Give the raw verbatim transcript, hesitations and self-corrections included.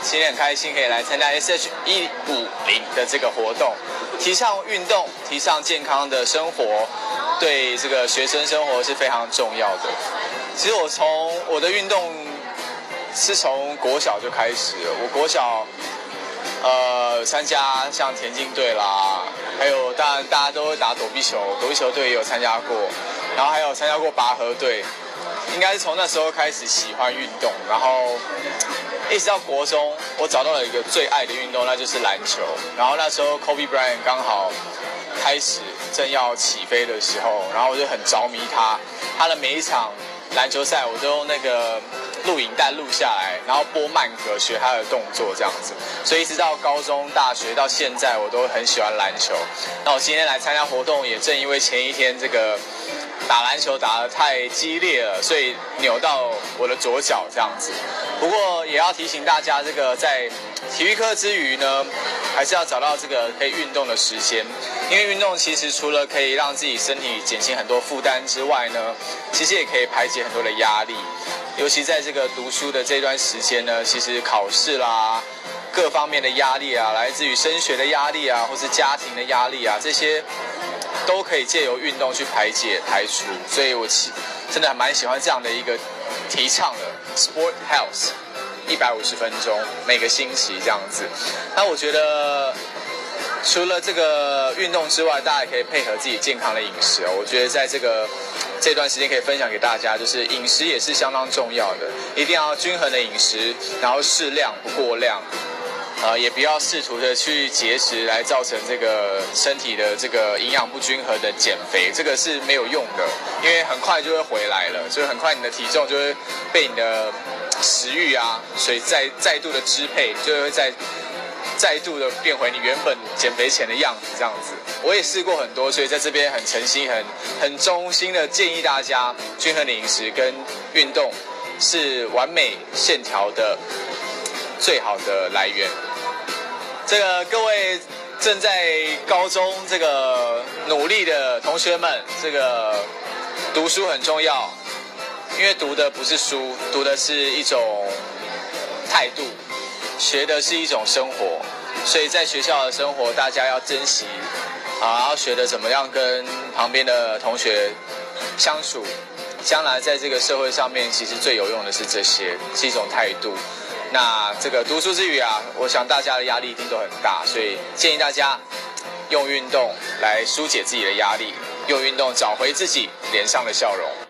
今天很开心可以来参加 S H 一五零的这个活动，提倡运动，提倡健康的生活，对这个学生生活是非常重要的。其实我从我的运动是从国小就开始了，我国小呃参加像田径队啦，还有当然大家都会打躲避球，躲避球队也有参加过，然后还有参加过拔河队。应该是从那时候开始喜欢运动，然后一直到国中，我找到了一个最爱的运动，那就是篮球。然后那时候 Kobe Bryant 刚好开始正要起飞的时候，然后我就很着迷他，他的每一场篮球赛我都用那个录影带录下来，然后播慢格学他的动作这样子。所以一直到高中、大学到现在，我都很喜欢篮球。那我今天来参加活动，也正因为前一天这个打篮球打得太激烈了，所以扭到我的左脚这样子。不过也要提醒大家，这个在体育课之余呢，还是要找到这个可以运动的时间。因为运动其实除了可以让自己身体减轻很多负担之外呢，其实也可以排解很多的压力。尤其在这个读书的这段时间呢，其实考试啦，各方面的压力啊，来自于升学的压力啊，或是家庭的压力啊，这些都可以借由运动去排解排除，所以我真的还蛮喜欢这样的一个提倡的 Sport Health， 一百五十分钟每个星期这样子。那我觉得除了这个运动之外，大家也可以配合自己健康的饮食哦。我觉得在这个这段时间可以分享给大家，就是饮食也是相当重要的，一定要均衡的饮食，然后适量不过量。呃，也不要试图的去节食来造成这个身体的这个营养不均衡的减肥，这个是没有用的，因为很快就会回来了，所以很快你的体重就会被你的食欲啊，所以再再度的支配，就会再再度的变回你原本减肥前的样子这样子。我也试过很多，所以在这边很诚心、很很衷心的建议大家，均衡的饮食跟运动是完美线条的最好的来源。这个各位正在高中这个努力的同学们，这个读书很重要，因为读的不是书，读的是一种态度，学的是一种生活，所以在学校的生活大家要珍惜啊，要学的怎么样跟旁边的同学相处，将来在这个社会上面其实最有用的是这些，是一种态度。那这个读书之余啊，我想大家的压力一定都很大，所以建议大家用运动来疏解自己的压力，用运动找回自己脸上的笑容。